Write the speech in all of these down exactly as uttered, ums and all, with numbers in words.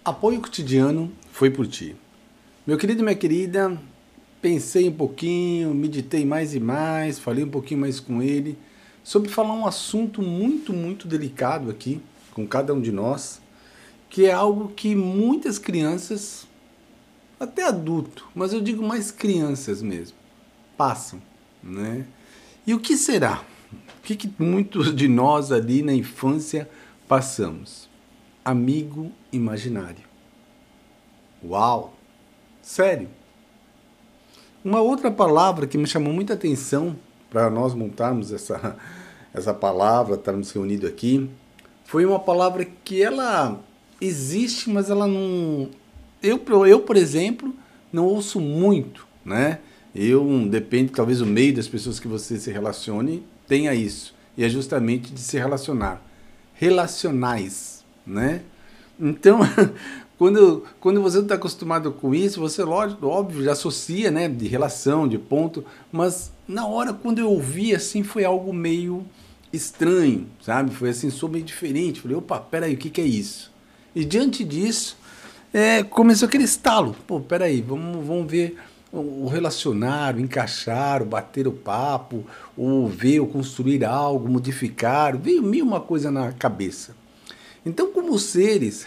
Apoio cotidiano foi por ti. Meu querido e minha querida, pensei um pouquinho, meditei mais e mais, falei um pouquinho mais com ele, sobre falar um assunto muito, muito delicado aqui, com cada um de nós, que é algo que muitas crianças, até adulto, mas eu digo mais crianças mesmo, passam, né? E o que será? O que, que muitos de nós ali na infância passamos? Amigo imaginário. Uau! Sério! Uma outra palavra que me chamou muita atenção para nós montarmos essa, essa palavra, estarmos reunidos aqui, foi uma palavra que ela existe, mas ela não... Eu, eu, por exemplo, não ouço muito, né? Eu, depende, talvez o meio das pessoas que você se relacione tenha isso. E é justamente de se relacionar. Relacionais, né? Então, quando, quando você não está acostumado com isso, você, lógico, óbvio, já associa, né? De relação, de ponto. Mas, na hora, quando eu ouvi, assim, foi algo meio estranho, sabe? Foi assim, sou meio diferente. Falei, opa, peraí, o que, que é isso? E diante disso, é, começou aquele estalo. Pô, peraí, vamos, vamos ver o relacionar, o encaixar, o bater o papo, o ver, o construir algo, modificar. Veio mil uma coisa na cabeça. Então, como seres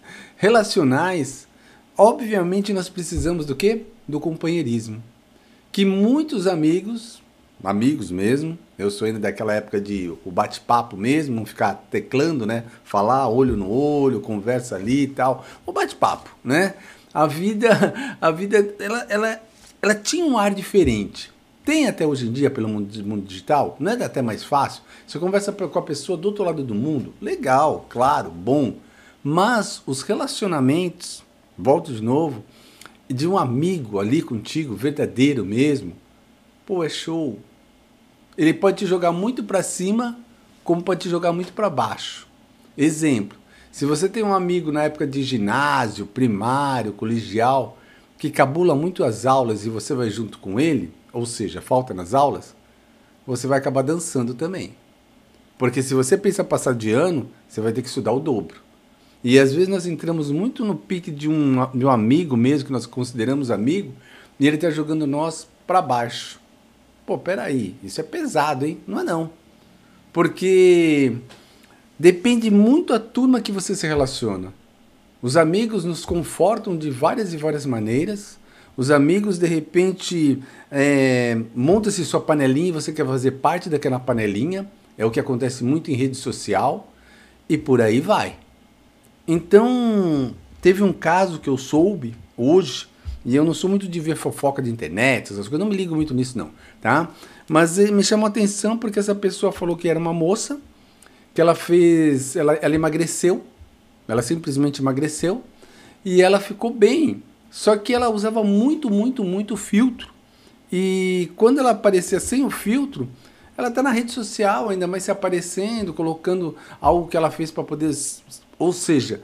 relacionais, obviamente nós precisamos do quê? Do companheirismo. Que muitos amigos, amigos mesmo, eu sou ainda daquela época de o bate-papo mesmo, não ficar teclando, né? Falar olho no olho, conversa ali e tal. O bate-papo, né? A vida, a vida ela, ela, ela tinha um ar diferente. Tem até hoje em dia pelo mundo, mundo digital, não é até mais fácil? Você conversa com a pessoa do outro lado do mundo, legal, claro, bom. Mas os relacionamentos, volto de novo, de um amigo ali contigo, verdadeiro mesmo, pô, é show. Ele pode te jogar muito para cima, como pode te jogar muito para baixo. Exemplo, se você tem um amigo na época de ginásio, primário, colegial, que cabula muito as aulas e você vai junto com ele, ou seja, falta nas aulas, você vai acabar dançando também. Porque se você pensa passar de ano, você vai ter que estudar o dobro. E às vezes nós entramos muito no pique de um, de um amigo mesmo, que nós consideramos amigo, e ele está jogando nós para baixo. Pô, peraí, isso é pesado, hein? Não é não. Porque depende muito da turma que você se relaciona. Os amigos nos confortam de várias e várias maneiras. Os amigos, de repente, é, monta-se sua panelinha e você quer fazer parte daquela panelinha. É o que acontece muito em rede social. E por aí vai. Então, teve um caso que eu soube hoje, e eu não sou muito de ver fofoca de internet, essas coisas, eu não me ligo muito nisso não, tá? Mas me chamou a atenção porque essa pessoa falou que era uma moça, que ela fez, ela, ela emagreceu, ela simplesmente emagreceu, e ela ficou bem. Só que ela usava muito, muito, muito filtro. E quando ela aparecia sem o filtro, ela está na rede social, ainda mais se aparecendo, colocando algo que ela fez para poder, ou seja,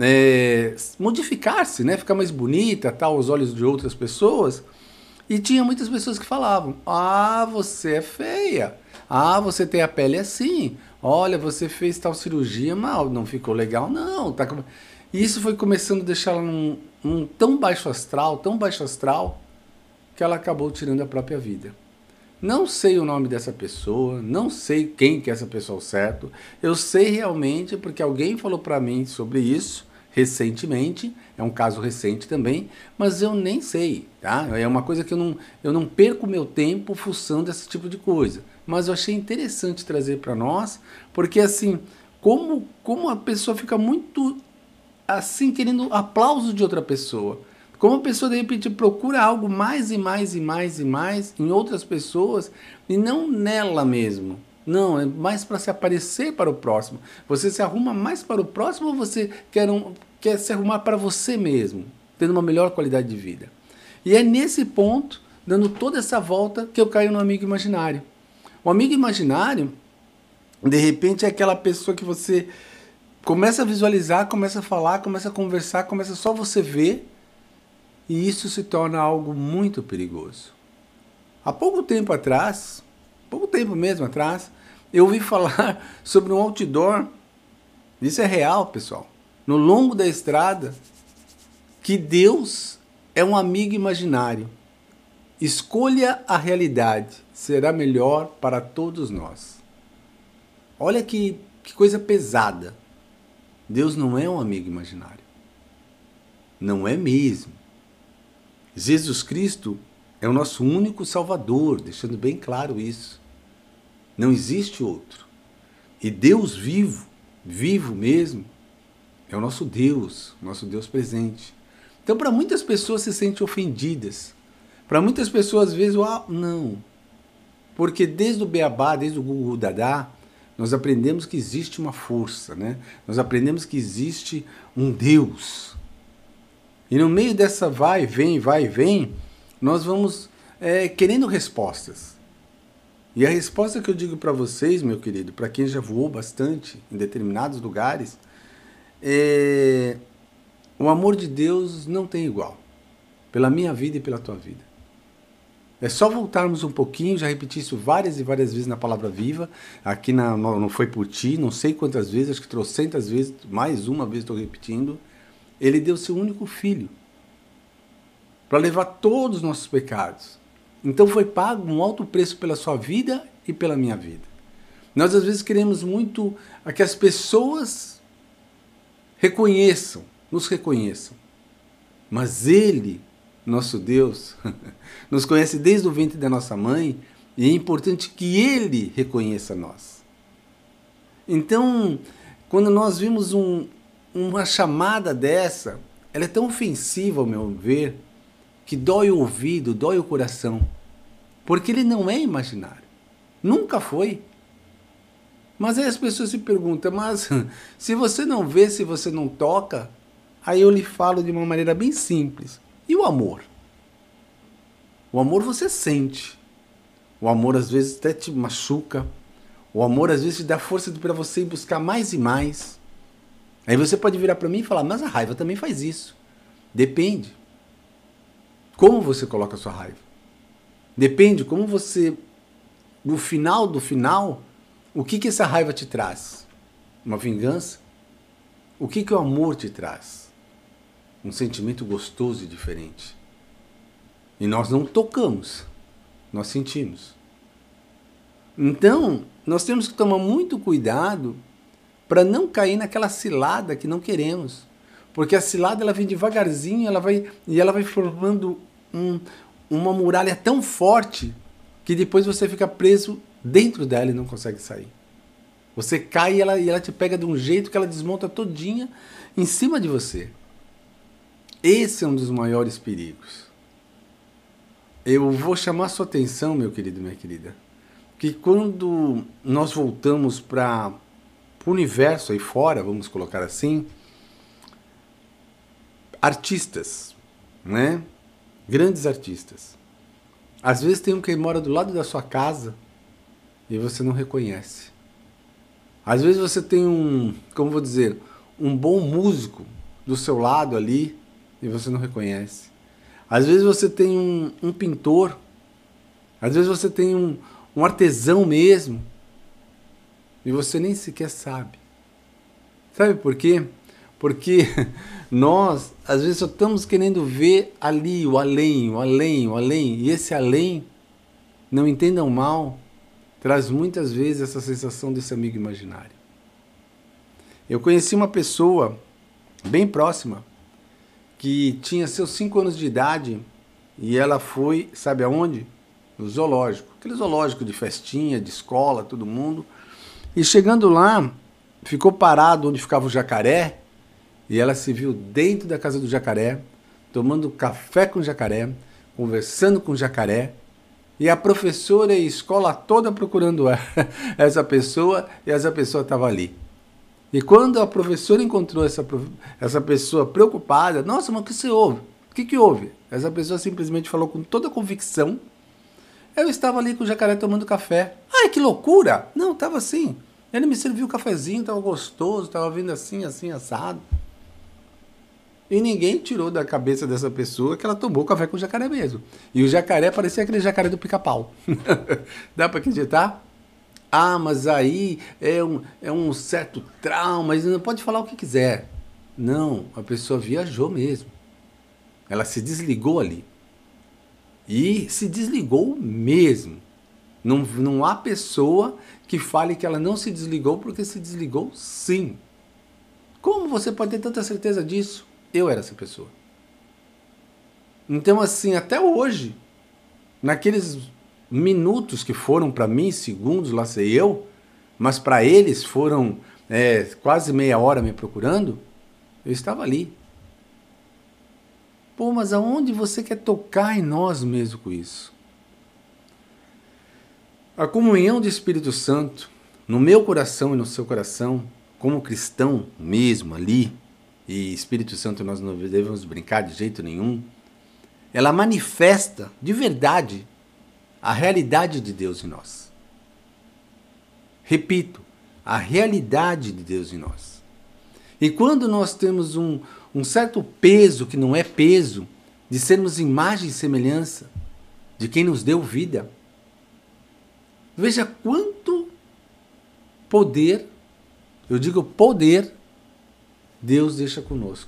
é, modificar-se, né? Ficar mais bonita, tá, aos olhos de outras pessoas. E tinha muitas pessoas que falavam, ah, você é feia, ah, você tem a pele assim, olha, você fez tal cirurgia, mal, não ficou legal, não. Tá... E isso foi começando a deixar ela num, num tão baixo astral, tão baixo astral, que ela acabou tirando a própria vida. Não sei o nome dessa pessoa, não sei quem que é essa pessoa certo. Eu sei realmente porque alguém falou para mim sobre isso recentemente, é um caso recente também, mas eu nem sei, tá? É uma coisa que eu não, eu não perco meu tempo fuçando esse tipo de coisa. Mas eu achei interessante trazer para nós, porque assim, como, como a pessoa fica muito assim querendo aplauso de outra pessoa. Como a pessoa, de repente, procura algo mais e mais e mais e mais em outras pessoas e não nela mesmo. Não, é mais para se aparecer para o próximo. Você se arruma mais para o próximo ou você quer, um, quer se arrumar para você mesmo, tendo uma melhor qualidade de vida? E é nesse ponto, dando toda essa volta, que eu caio no amigo imaginário. O amigo imaginário, de repente, é aquela pessoa que você começa a visualizar, começa a falar, começa a conversar, começa só você ver. E isso se torna algo muito perigoso. Há pouco tempo atrás, pouco tempo mesmo atrás, eu ouvi falar sobre um outdoor, isso é real, pessoal, no longo da estrada, que Deus é um amigo imaginário. Escolha a realidade, será melhor para todos nós. Olha que, que coisa pesada. Deus não é um amigo imaginário. Não é mesmo. Jesus Cristo é o nosso único Salvador, deixando bem claro isso. Não existe outro. E Deus vivo, vivo mesmo, é o nosso Deus, nosso Deus presente. Então, para muitas pessoas se sentem ofendidas. Para muitas pessoas, às vezes, ah, não. Porque desde o Beabá, desde o Gugu Dadá, nós aprendemos que existe uma força, né? Nós aprendemos que existe um Deus. E no meio dessa vai, vem, vai, vem, nós vamos é, querendo respostas. E a resposta que eu digo para vocês, meu querido, para quem já voou bastante em determinados lugares, é... o amor de Deus não tem igual, pela minha vida e pela tua vida. É só voltarmos um pouquinho, já repeti isso várias e várias vezes na Palavra Viva, aqui na, no, não foi por ti, não sei quantas vezes, acho que trocentas vezes, mais uma vez estou repetindo, ele deu seu único filho, para levar todos os nossos pecados. Então foi pago um alto preço pela sua vida e pela minha vida. Nós às vezes queremos muito que as pessoas reconheçam, nos reconheçam. Mas Ele, nosso Deus, nos conhece desde o ventre da nossa mãe e é importante que Ele reconheça nós. Então, quando nós vimos um, uma chamada dessa, ela é tão ofensiva, ao meu ver, que dói o ouvido, dói o coração, porque ele não é imaginário, nunca foi. Mas aí as pessoas se perguntam, mas se você não vê, se você não toca, aí eu lhe falo de uma maneira bem simples, e o amor? O amor você sente, o amor às vezes até te machuca, o amor às vezes te dá força para você ir buscar mais e mais. Aí você pode virar para mim e falar, mas a raiva também faz isso. Depende. Como você coloca a sua raiva? Depende como você, no final do final, o que que essa raiva te traz? Uma vingança? O que que o amor te traz? Um sentimento gostoso e diferente. E nós não tocamos, nós sentimos. Então, nós temos que tomar muito cuidado para não cair naquela cilada que não queremos. Porque a cilada ela vem devagarzinho, ela vai, e ela vai formando um, uma muralha tão forte que depois você fica preso dentro dela e não consegue sair. Você cai e ela, e ela te pega de um jeito que ela desmonta todinha em cima de você. Esse é um dos maiores perigos. Eu vou chamar a sua atenção, meu querido e minha querida, que quando nós voltamos para o universo aí fora, vamos colocar assim, artistas, né? Grandes artistas. Às vezes tem um que mora do lado da sua casa e você não reconhece. Às vezes você tem um, como vou dizer, um bom músico do seu lado ali e você não reconhece. Às vezes você tem um, um pintor, às vezes você tem um, um artesão mesmo e você nem sequer sabe. Sabe por quê? Porque nós, às vezes, só estamos querendo ver ali, o além, o além, o além. E esse além, não entendam mal, traz muitas vezes essa sensação desse amigo imaginário. Eu conheci uma pessoa bem próxima, que tinha seus cinco anos de idade, e ela foi, sabe aonde? No zoológico. Aquele zoológico de festinha, de escola, todo mundo. E chegando lá, ficou parado onde ficava o jacaré, e ela se viu dentro da casa do jacaré, tomando café com o jacaré, conversando com o jacaré, e a professora e a escola toda procurando essa pessoa, e essa pessoa estava ali. E quando a professora encontrou essa, essa pessoa preocupada, nossa, mas o que você ouve? O que, que houve? Essa pessoa simplesmente falou com toda a convicção, eu estava ali com o jacaré tomando café. Ai, que loucura! Não, estava assim. Ele me serviu o cafezinho, estava gostoso, estava vindo assim, assim, assado. E ninguém tirou da cabeça dessa pessoa que ela tomou café com o jacaré mesmo. E o jacaré parecia aquele jacaré do Pica-Pau. Dá para acreditar? Ah, mas aí é um, é um certo trauma, mas não pode falar o que quiser. Não, a pessoa viajou mesmo. Ela se desligou ali. E se desligou mesmo. Não, não há pessoa que fale que ela não se desligou, porque se desligou sim. Como você pode ter tanta certeza disso? Eu era essa pessoa. Então, assim, até hoje, naqueles minutos que foram para mim, segundos, lá sei eu, mas para eles foram é, quase meia hora me procurando, eu estava ali. Pô, mas aonde você quer tocar em nós mesmo com isso? A comunhão do Espírito Santo, no meu coração e no seu coração, como cristão mesmo ali, e Espírito Santo nós não devemos brincar de jeito nenhum, ela manifesta de verdade a realidade de Deus em nós. Repito, a realidade de Deus em nós. E quando nós temos um, um certo peso, que não é peso, de sermos imagem e semelhança de quem nos deu vida, veja quanto poder, eu digo poder, Deus deixa conosco.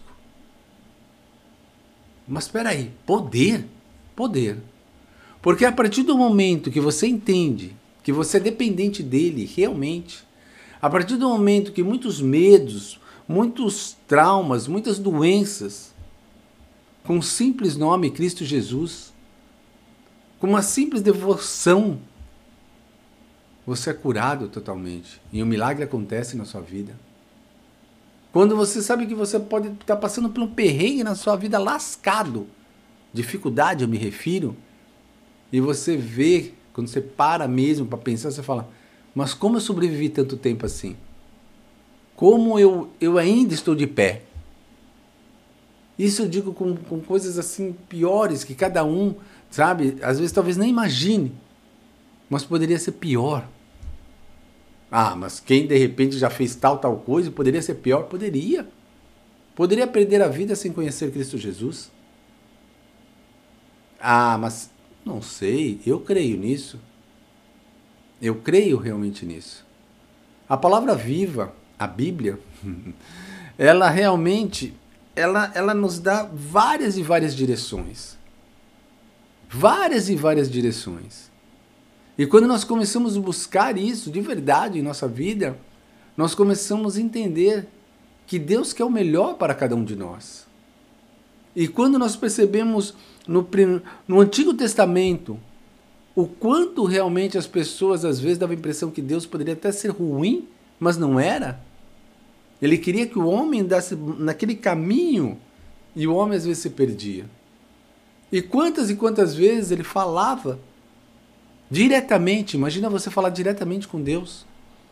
Mas espera aí, poder? Poder. Porque a partir do momento que você entende que você é dependente dele realmente, a partir do momento que muitos medos, muitos traumas, muitas doenças, com o simples nome Cristo Jesus, com uma simples devoção, você é curado totalmente. E um milagre acontece na sua vida. Quando você sabe que você pode estar passando por um perrengue na sua vida, lascado, dificuldade eu me refiro, e você vê, quando você para mesmo para pensar, você fala, mas como eu sobrevivi tanto tempo assim? Como eu, eu ainda estou de pé? Isso eu digo com, com coisas assim piores, que cada um, sabe, às vezes talvez nem imagine, mas poderia ser pior. Ah, mas quem de repente já fez tal, tal coisa, poderia ser pior? Poderia. Poderia perder a vida sem conhecer Cristo Jesus? Ah, mas não sei, eu creio nisso. Eu creio realmente nisso. A palavra viva, a Bíblia, ela realmente, ela, ela nos dá várias e várias direções. Várias e várias direções. E quando nós começamos a buscar isso de verdade em nossa vida, nós começamos a entender que Deus quer o melhor para cada um de nós. E quando nós percebemos no, no Antigo Testamento o quanto realmente as pessoas às vezes davam a impressão que Deus poderia até ser ruim, mas não era. Ele queria que o homem andasse naquele caminho e o homem às vezes se perdia. E quantas e quantas vezes ele falava diretamente, imagina você falar diretamente com Deus.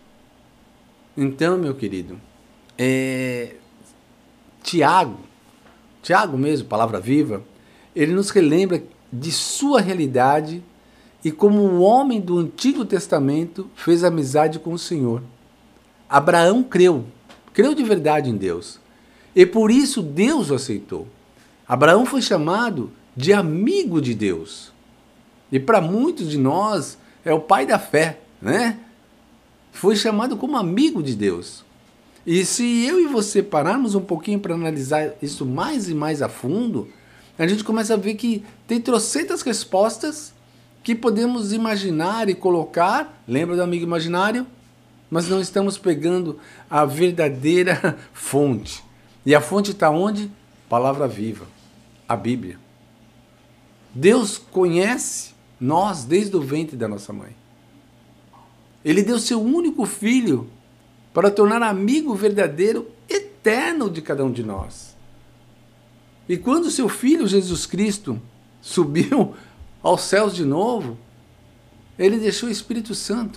Então, meu querido, é, Tiago, Tiago mesmo, palavra viva, ele nos relembra de sua realidade e como um homem do Antigo Testamento fez amizade com o Senhor. Abraão creu, creu de verdade em Deus, e por isso Deus o aceitou. Abraão foi chamado de amigo de Deus. E para muitos de nós é o pai da fé, né? Foi chamado como amigo de Deus. E se eu e você pararmos um pouquinho para analisar isso mais e mais a fundo, a gente começa a ver que tem trocentas respostas que podemos imaginar e colocar, lembra do amigo imaginário? Mas não estamos pegando a verdadeira fonte. E a fonte está onde? Palavra viva, a Bíblia. Deus conhece nós desde o ventre da nossa mãe. Ele deu seu único filho para tornar amigo verdadeiro, eterno de cada um de nós. E quando seu filho Jesus Cristo subiu aos céus de novo, ele deixou o Espírito Santo.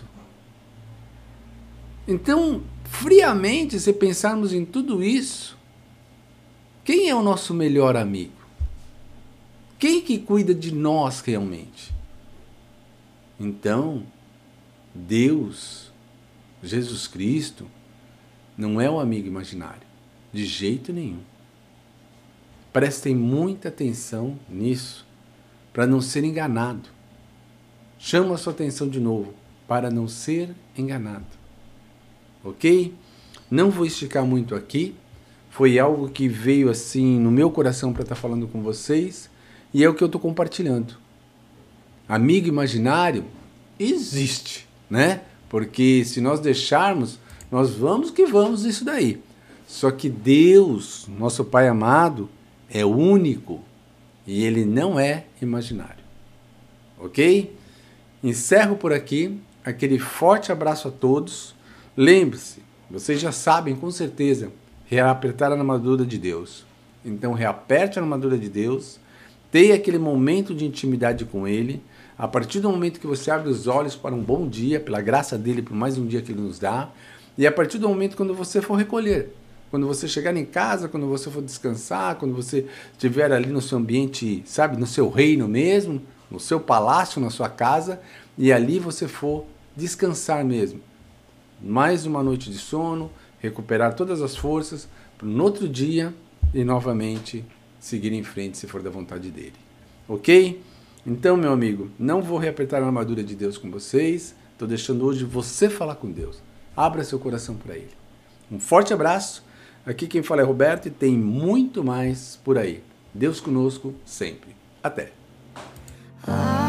Então, friamente, se pensarmos em tudo isso, quem é o nosso melhor amigo? Quem que cuida de nós realmente? Então, Deus, Jesus Cristo, não é um amigo imaginário, de jeito nenhum. Prestem muita atenção nisso, para não ser enganado. Chamo a sua atenção de novo, para não ser enganado. Ok? Não vou esticar muito aqui, foi algo que veio assim no meu coração para estar falando com vocês e é o que eu estou compartilhando. Amigo imaginário existe, né? Porque se nós deixarmos, nós vamos que vamos isso daí. Só que Deus, nosso Pai amado, é único e Ele não é imaginário. Ok? Encerro por aqui. Aquele forte abraço a todos. Lembre-se, vocês já sabem com certeza, reapertar a armadura de Deus. Então reaperte a armadura de Deus, tenha aquele momento de intimidade com Ele. A partir do momento que você abre os olhos para um bom dia, pela graça dEle, por mais um dia que Ele nos dá, e a partir do momento quando você for recolher, quando você chegar em casa, quando você for descansar, quando você estiver ali no seu ambiente, sabe, no seu reino mesmo, no seu palácio, na sua casa, e ali você for descansar mesmo. Mais uma noite de sono, recuperar todas as forças, para no outro dia e novamente seguir em frente se for da vontade dele. Ok? Então, meu amigo, não vou reapertar a armadura de Deus com vocês, estou deixando hoje você falar com Deus. Abra seu coração para Ele. Um forte abraço. Aqui quem fala é Roberto e tem muito mais por aí. Deus conosco sempre. Até!